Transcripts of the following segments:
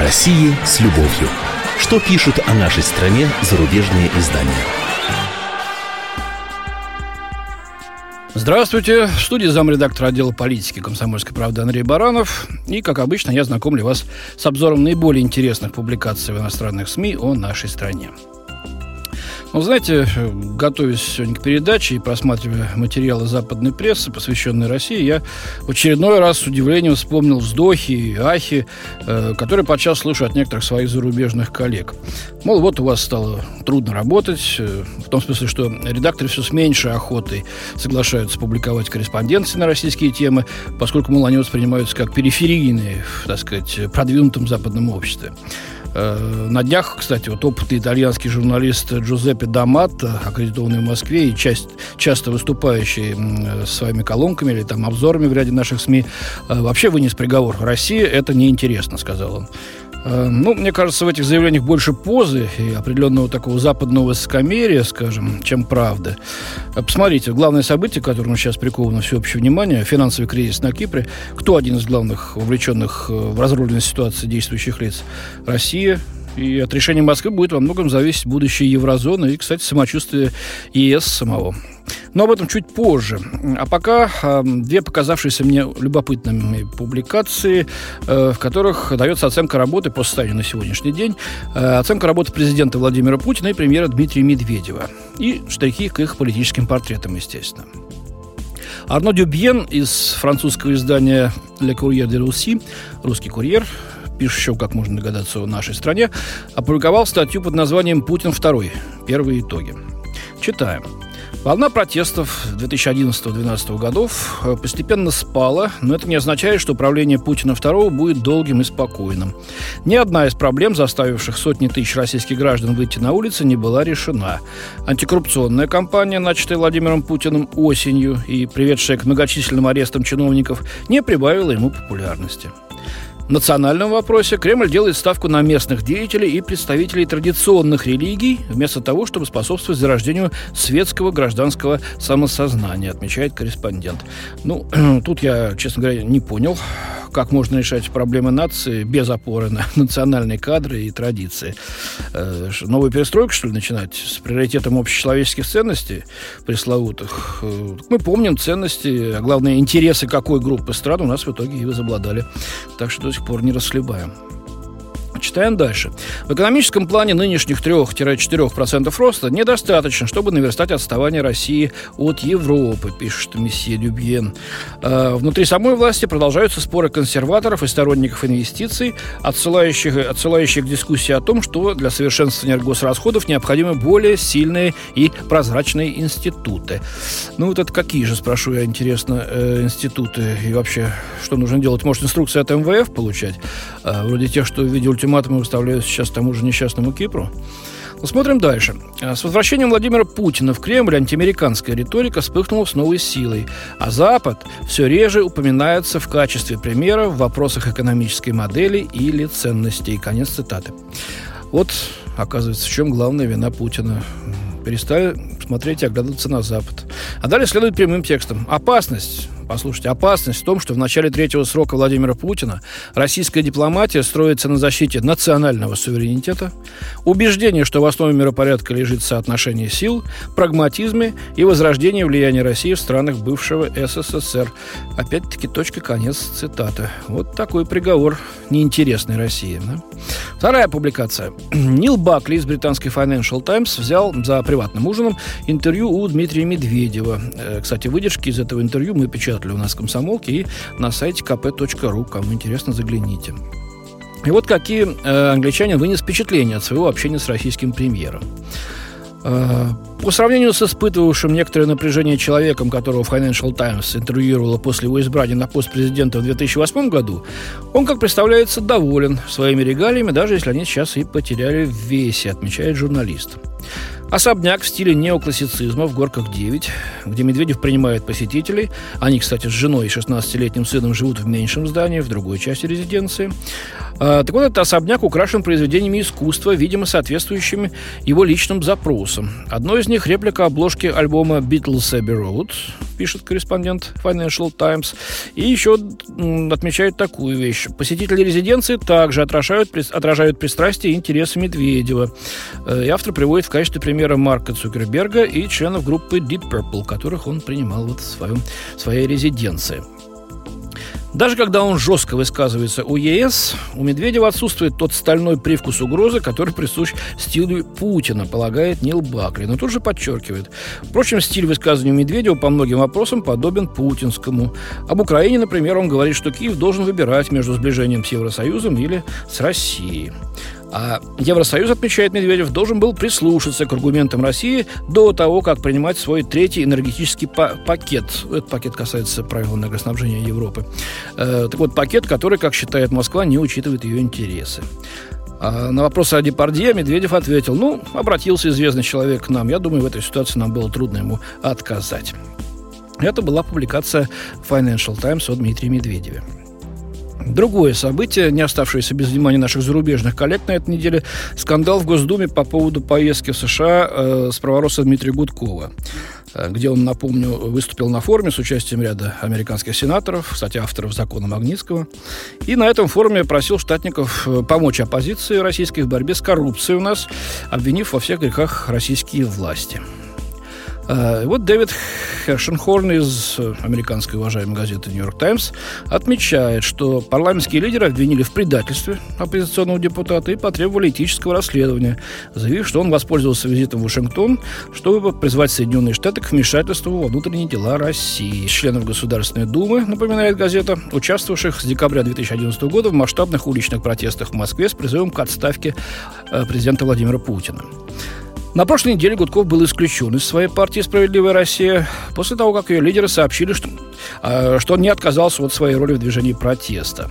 России с любовью. Что пишут о нашей стране зарубежные издания? Здравствуйте. В студии замредактора отдела политики «Комсомольской правды» Андрей Баранов. И, как обычно, я знакомлю вас с обзором наиболее интересных публикаций в иностранных СМИ о нашей стране. Ну, знаете, готовясь сегодня к передаче и просматривая материалы западной прессы, посвященные России, я в очередной раз с удивлением вспомнил вздохи и ахи, которые подчас слышу от некоторых своих зарубежных коллег. Мол, вот у вас стало трудно работать, в том смысле, что редакторы все с меньшей охотой соглашаются публиковать корреспонденции на российские темы, поскольку, мол, они воспринимаются как периферийные, так сказать, продвинутым западном обществе. На днях, кстати, вот опытный итальянский журналист Джузеппе Даматто, аккредитованный в Москве и часто выступающий своими колонками или там обзорами в ряде наших СМИ, вообще вынес приговор: России это неинтересно, сказал он. Ну, мне кажется, в этих заявлениях больше позы и определенного такого западного высокомерия, скажем, чем правды. Посмотрите, главное событие, которому сейчас приковано всеобщее внимание, финансовый кризис на Кипре. Кто один из главных вовлеченных в разруливание ситуации действующих лиц? Россия. И от решения Москвы будет во многом зависеть будущее еврозоны и, кстати, самочувствие ЕС самого. Но об этом чуть позже. А пока две показавшиеся мне любопытными публикации, в которых дается оценка работы по состоянию на сегодняшний день, оценка работы президента Владимира Путина и премьера Дмитрия Медведева. И штрихи к их политическим портретам, естественно. Арно Дюбьен из французского издания «Le Courrier de Russie», «Русский курьер», пишущего, как можно догадаться, о нашей стране, опубликовал статью под названием «Путин II. Первые итоги». Читаем. Волна протестов 2011-2012 годов постепенно спала, но это не означает, что правление Путина II будет долгим и спокойным. Ни одна из проблем, заставивших сотни тысяч российских граждан выйти на улицы, не была решена. Антикоррупционная кампания, начатая Владимиром Путиным осенью и приведшая к многочисленным арестам чиновников, не прибавила ему популярности. В национальном вопросе Кремль делает ставку на местных деятелей и представителей традиционных религий, вместо того, чтобы способствовать зарождению светского гражданского самосознания, отмечает корреспондент. Ну, тут я, честно говоря, не понял, как можно решать проблемы нации без опоры на национальные кадры и традиции. Новую перестройку, что ли, начинать с приоритетом общечеловеческих ценностей пресловутых? Мы помним ценности, а главное, интересы какой группы стран у нас в итоге и возобладали. Так что до сих пор не расхлебаем. Читаем дальше. В экономическом плане нынешних 3-4% роста недостаточно, чтобы наверстать отставание России от Европы, пишет месье Дюбьен. Внутри самой власти продолжаются споры консерваторов и сторонников инвестиций, отсылающих к дискуссии о том, что для совершенствования госрасходов необходимы более сильные и прозрачные институты. Ну вот это какие же, спрошу я, интересно, институты? И вообще, что нужно делать? Может, инструкции от МВФ получать? Вроде тех, что в виде ультиматумы выставляют сейчас тому же несчастному Кипру. Но смотрим дальше. С возвращением Владимира Путина в Кремль антиамериканская риторика вспыхнула с новой силой, а Запад все реже упоминается в качестве примера в вопросах экономической модели или ценностей. Конец цитаты. Вот, оказывается, в чем главная вина Путина. Перестали смотреть и оглядываться на Запад. А далее следует прямым текстом. Опасность в том, что в начале третьего срока Владимира Путина российская дипломатия строится на защите национального суверенитета, убеждение, что в основе миропорядка лежит соотношение сил, прагматизме и возрождение влияния России в странах бывшего СССР. Опять-таки, точка, конец цитаты. Вот такой приговор неинтересной России. Да? Вторая публикация. Нил Бакли из британской Financial Times взял за приватным ужином интервью у Дмитрия Медведева. Кстати, выдержки из этого интервью мы печатали у нас в «Комсомолке» и на сайте kp.ru. Кому интересно, загляните. И вот какие англичанин вынес впечатления от своего общения с российским премьером. По сравнению с испытывавшим некоторое напряжение человеком, которого Financial Times интервьюировала после его избрания на пост президента в 2008 году, он, как представляется, доволен своими регалиями, даже если они сейчас и потеряли в весе, отмечает журналист. Особняк в стиле неоклассицизма в Горках 9, где Медведев принимает посетителей. Они, кстати, с женой и 16-летним сыном живут в меньшем здании, в другой части резиденции. Так вот, этот особняк украшен произведениями искусства, видимо, соответствующими его личным запросам. Одно из них — реплика обложки альбома «Beatles Abbey Road», пишет корреспондент Financial Times. И еще отмечает такую вещь. Посетители резиденции также отражают пристрастия и интересы Медведева. И автор приводит в качестве примера Марка Цукерберга и членов группы Deep Purple, которых он принимал в своей резиденции. Даже когда он жестко высказывается о ЕС, у Медведева отсутствует тот стальной привкус угрозы, который присущ стилю Путина, полагает Нил Бакли. Но тут же подчеркивает. Впрочем, стиль высказывания Медведева по многим вопросам подобен путинскому. Об Украине, например, он говорит, что Киев должен выбирать между сближением с Евросоюзом или с Россией. А Евросоюз, отмечает Медведев, должен был прислушаться к аргументам России до того, как принимать свой третий энергетический пакет. Этот пакет касается правил энергоснабжения Европы. Так вот, пакет, который, как считает Москва, не учитывает ее интересы. А на вопрос о Депардье Медведев ответил: обратился известный человек к нам. Я думаю, в этой ситуации нам было трудно ему отказать. Это была публикация Financial Times о Дмитрии Медведеве. Другое событие, не оставшееся без внимания наших зарубежных коллег на этой неделе, скандал в Госдуме по поводу поездки в США справороса Дмитрия Гудкова, где он, напомню, выступил на форуме с участием ряда американских сенаторов, кстати, авторов закона Магнитского, и на этом форуме просил штатников помочь оппозиции российской в борьбе с коррупцией у нас, обвинив во всех грехах российские власти. Вот Дэвид Хершенхорн из американской уважаемой газеты «Нью-Йорк Таймс» отмечает, что парламентские лидеры обвинили в предательстве оппозиционного депутата и потребовали этического расследования, заявив, что он воспользовался визитом в Вашингтон, чтобы призвать Соединенные Штаты к вмешательству во внутренние дела России. Членов Государственной Думы, напоминает газета, участвовавших с декабря 2011 года в масштабных уличных протестах в Москве с призывом к отставке президента Владимира Путина. На прошлой неделе Гудков был исключен из своей партии «Справедливая Россия» после того, как ее лидеры сообщили, что он не отказался от своей роли в движении протеста.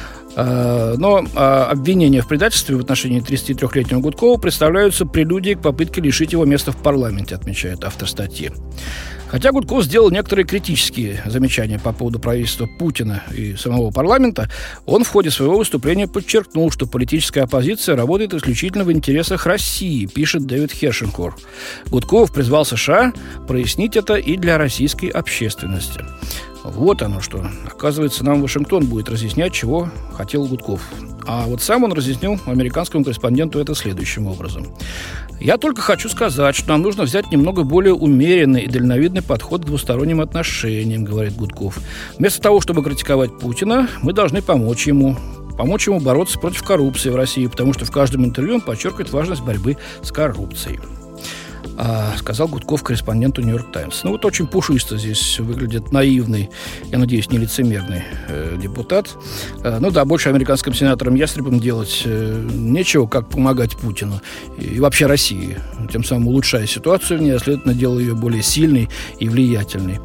Но обвинения в предательстве в отношении 33-летнего Гудкова представляются прелюдией к попытке лишить его места в парламенте, отмечает автор статьи. Хотя Гудков сделал некоторые критические замечания по поводу правительства Путина и самого парламента, он в ходе своего выступления подчеркнул, что политическая оппозиция работает исключительно в интересах России, пишет Дэвид Хершенхорн. Гудков призвал США прояснить это и для российской общественности. Вот оно что. Оказывается, нам Вашингтон будет разъяснять, чего хотел Гудков. А вот сам он разъяснил американскому корреспонденту это следующим образом. «Я только хочу сказать, что нам нужно взять немного более умеренный и дальновидный подход к двусторонним отношениям», говорит Гудков. «Вместо того, чтобы критиковать Путина, мы должны помочь ему бороться против коррупции в России, потому что в каждом интервью он подчеркивает важность борьбы с коррупцией», сказал Гудков корреспонденту «Нью-Йорк Таймс». Вот очень пушисто здесь выглядит наивный, я надеюсь, нелицемерный депутат. Больше американским сенаторам ястребам делать нечего, как помогать Путину и вообще России, тем самым улучшая ситуацию в ней, а следовательно, делая ее более сильной и влиятельной.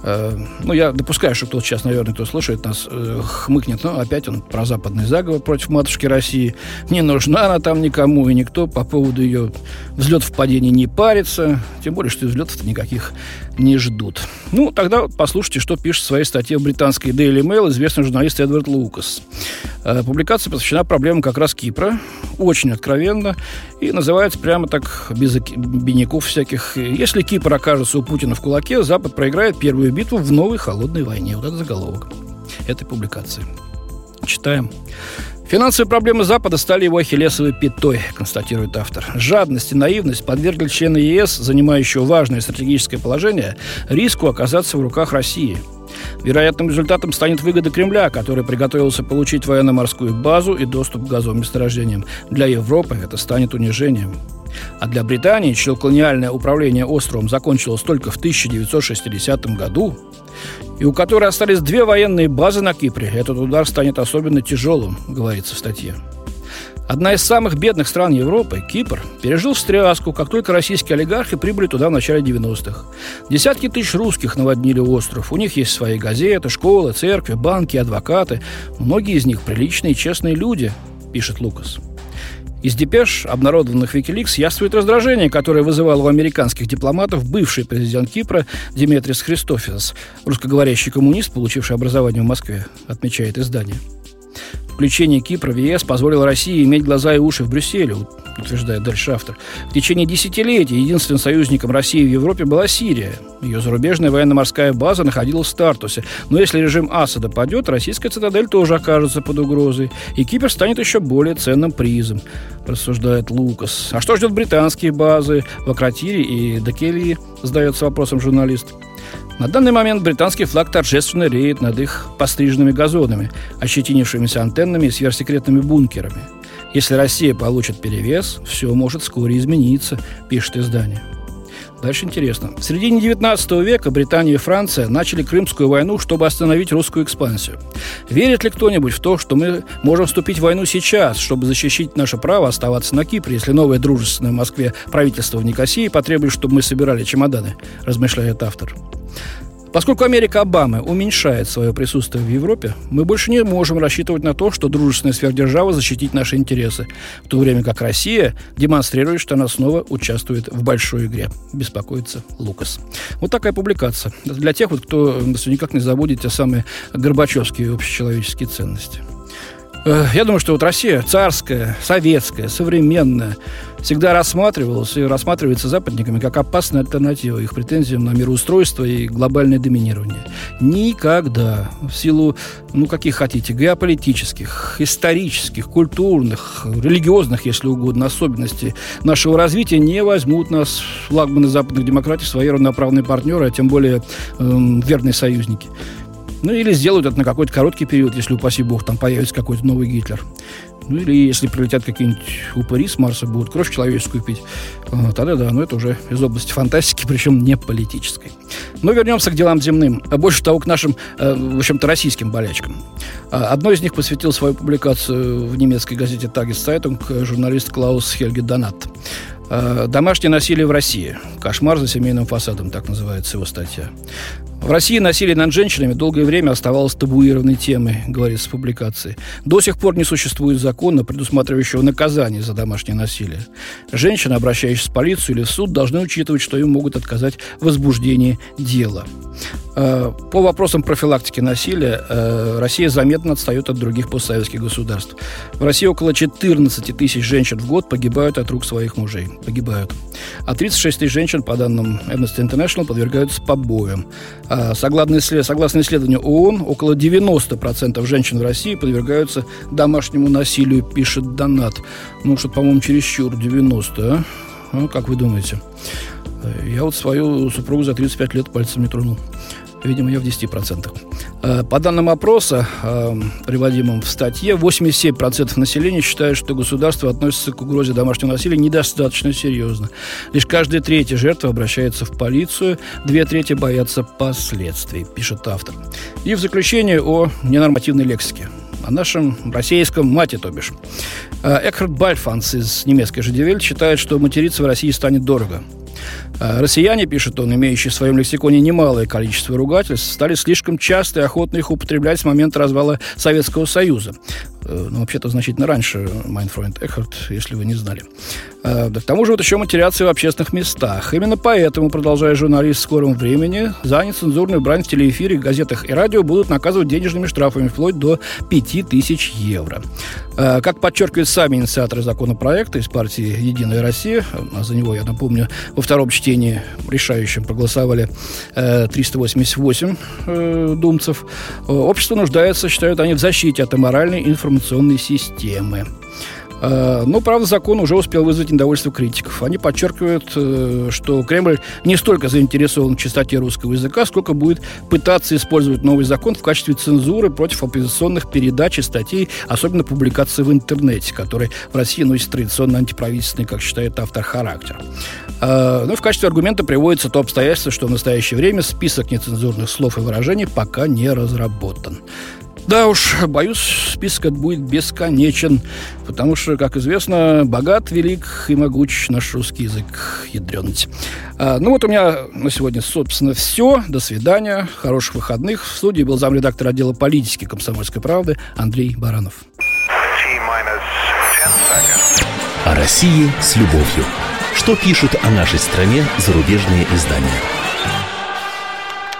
Я допускаю, что кто-то сейчас, наверное, кто слушает нас, хмыкнет, опять он про западный заговор против матушки России. Не нужна она там никому, и никто по поводу ее взлетов-падений не парится. Тем более, что взлетов-то никаких не ждут. Тогда послушайте, что пишет в своей статье в британской Daily Mail известный журналист Эдвард Лукас. Публикация посвящена проблемам как раз Кипра, очень откровенно, и называется прямо так, без обиняков всяких: «Если Кипр окажется у Путина в кулаке, Запад проиграет первую битву в новой холодной войне». Вот это заголовок этой публикации. Читаем. «Финансовые проблемы Запада стали его ахиллесовой пятой», констатирует автор. «Жадность и наивность подвергли члена ЕС, занимающего важное стратегическое положение, риску оказаться в руках России. Вероятным результатом станет выгода Кремля, который приготовился получить военно-морскую базу и доступ к газовым месторождениям. Для Европы это станет унижением. А для Британии, чье колониальное управление островом закончилось только в 1960 году, и у которой остались 2 военные базы на Кипре, этот удар станет особенно тяжелым», говорится в статье. Одна из самых бедных стран Европы, Кипр, пережил встряску, как только российские олигархи прибыли туда в начале 90-х. Десятки тысяч русских наводнили остров. У них есть свои газеты, школы, церкви, банки, адвокаты. Многие из них приличные и честные люди, пишет Лукас. Из депеш, обнародованных в Wikileaks, явствует раздражение, которое вызывало у американских дипломатов бывший президент Кипра Диметрис Христофидос, русскоговорящий коммунист, получивший образование в Москве, отмечает издание. Включение Кипра в ЕС позволило России иметь глаза и уши в Брюсселе, утверждает дальше автор. В течение десятилетий единственным союзником России в Европе была Сирия. Ее зарубежная военно-морская база находилась в Тартусе. Но если режим Асада падет, российская цитадель тоже окажется под угрозой. И Кипр станет еще более ценным призом, рассуждает Лукас. А что ждет британские базы в Акротире и Декелии, задается вопросом журналист. На данный момент британский флаг торжественно реет над их постриженными газонами, ощетинившимися антеннами и сверхсекретными бункерами. Если Россия получит перевес, все может вскоре измениться, пишет издание. Дальше интересно. В середине 19 века Британия и Франция начали Крымскую войну, чтобы остановить русскую экспансию. Верит ли кто-нибудь в то, что мы можем вступить в войну сейчас, чтобы защитить наше право оставаться на Кипре, если новое дружественное в Москве правительство в Никосии потребует, чтобы мы собирали чемоданы, размышляет автор. Поскольку Америка Обамы уменьшает свое присутствие в Европе, мы больше не можем рассчитывать на то, что дружественная сверхдержава защитит наши интересы, в то время как Россия демонстрирует, что она снова участвует в большой игре, беспокоится Лукас. Вот такая публикация. Для тех, кто никак не забудет те самые горбачевские общечеловеческие ценности. Я думаю, что вот Россия царская, советская, современная всегда рассматривалась и рассматривается западниками как опасная альтернатива их претензиям на мироустройство и глобальное доминирование. Никогда в силу, каких хотите, геополитических, исторических, культурных, религиозных, если угодно, особенностей нашего развития не возьмут нас, флагманы западных демократий, свои равноправные партнеры, а тем более верные союзники. Или сделают это на какой-то короткий период, если, упаси бог, там появится какой-то новый Гитлер. Или если прилетят какие-нибудь упыри с Марса, будут кровь человеческую пить. Тогда да, но это уже из области фантастики, причем не политической. Но вернемся к делам земным. А больше того, к нашим, в общем-то, российским болячкам. Одной из них посвятил свою публикацию в немецкой газете «Тагес-Цайтунг» журналист Клаус Хельге Донат. «Домашнее насилие в России. Кошмар за семейным фасадом», так называется его статья. В России насилие над женщинами долгое время оставалось табуированной темой, говорится в публикации. До сих пор не существует закона, предусматривающего наказание за домашнее насилие. Женщины, обращающиеся в полицию или в суд, должны учитывать, что им могут отказать в возбуждении дела. По вопросам профилактики насилия Россия заметно отстает от других постсоветских государств. В России около 14 тысяч женщин в год погибают от рук своих мужей. А 36 тысяч женщин, по данным Amnesty International, подвергаются побоям. Согласно исследованию ООН, около 90% женщин в России подвергаются домашнему насилию, пишет Донат. Что-то, по-моему, чересчур 90, а? Как вы думаете? Я вот свою супругу за 35 лет пальцем не тронул. Видимо, я в 10%. По данным опроса, приводимым в статье, 87% населения считают, что государство относится к угрозе домашнего насилия недостаточно серьезно. Лишь каждая третья жертва обращается в полицию, 2/3 боятся последствий, пишет автор. И в заключение о ненормативной лексике. О нашем российском мате, то бишь. Экхард Бальфанс из немецкой же Die Welt считает, что материться в России станет дорого. Россияне, пишет он, имеющие в своем лексиконе немалое количество ругательств, стали слишком часто и охотно их употреблять с момента развала Советского Союза. Вообще-то значительно раньше, mein Freund Экхард, если вы не знали. К тому же еще матерятся в общественных местах. Именно поэтому, продолжает журналист, в скором времени за нецензурную брань в телеэфире, газетах и радио будут наказывать денежными штрафами вплоть до 5000 евро. Как подчеркивают сами инициаторы законопроекта из партии «Единая Россия», а за него, я напомню, во втором чтении решающем проголосовали 388 думцев, общество нуждается, считают они, в защите от аморальной информационной системы. Но, правда, закон уже успел вызвать недовольство критиков. Они подчеркивают, что Кремль не столько заинтересован в чистоте русского языка, сколько будет пытаться использовать новый закон в качестве цензуры против оппозиционных передач и статей, особенно публикаций в интернете, которые в России носят традиционно антиправительственный, как считает автор, характер. В качестве аргумента приводится то обстоятельство, что в настоящее время список нецензурных слов и выражений пока не разработан. Да уж, боюсь, список будет бесконечен, потому что, как известно, богат, велик и могуч наш русский язык, ядрёнать. У меня на сегодня, собственно, все. До свидания, хороших выходных. В студии был замредактор отдела политики «Комсомольской правды» Андрей Баранов. О России с любовью. Что пишут о нашей стране зарубежные издания?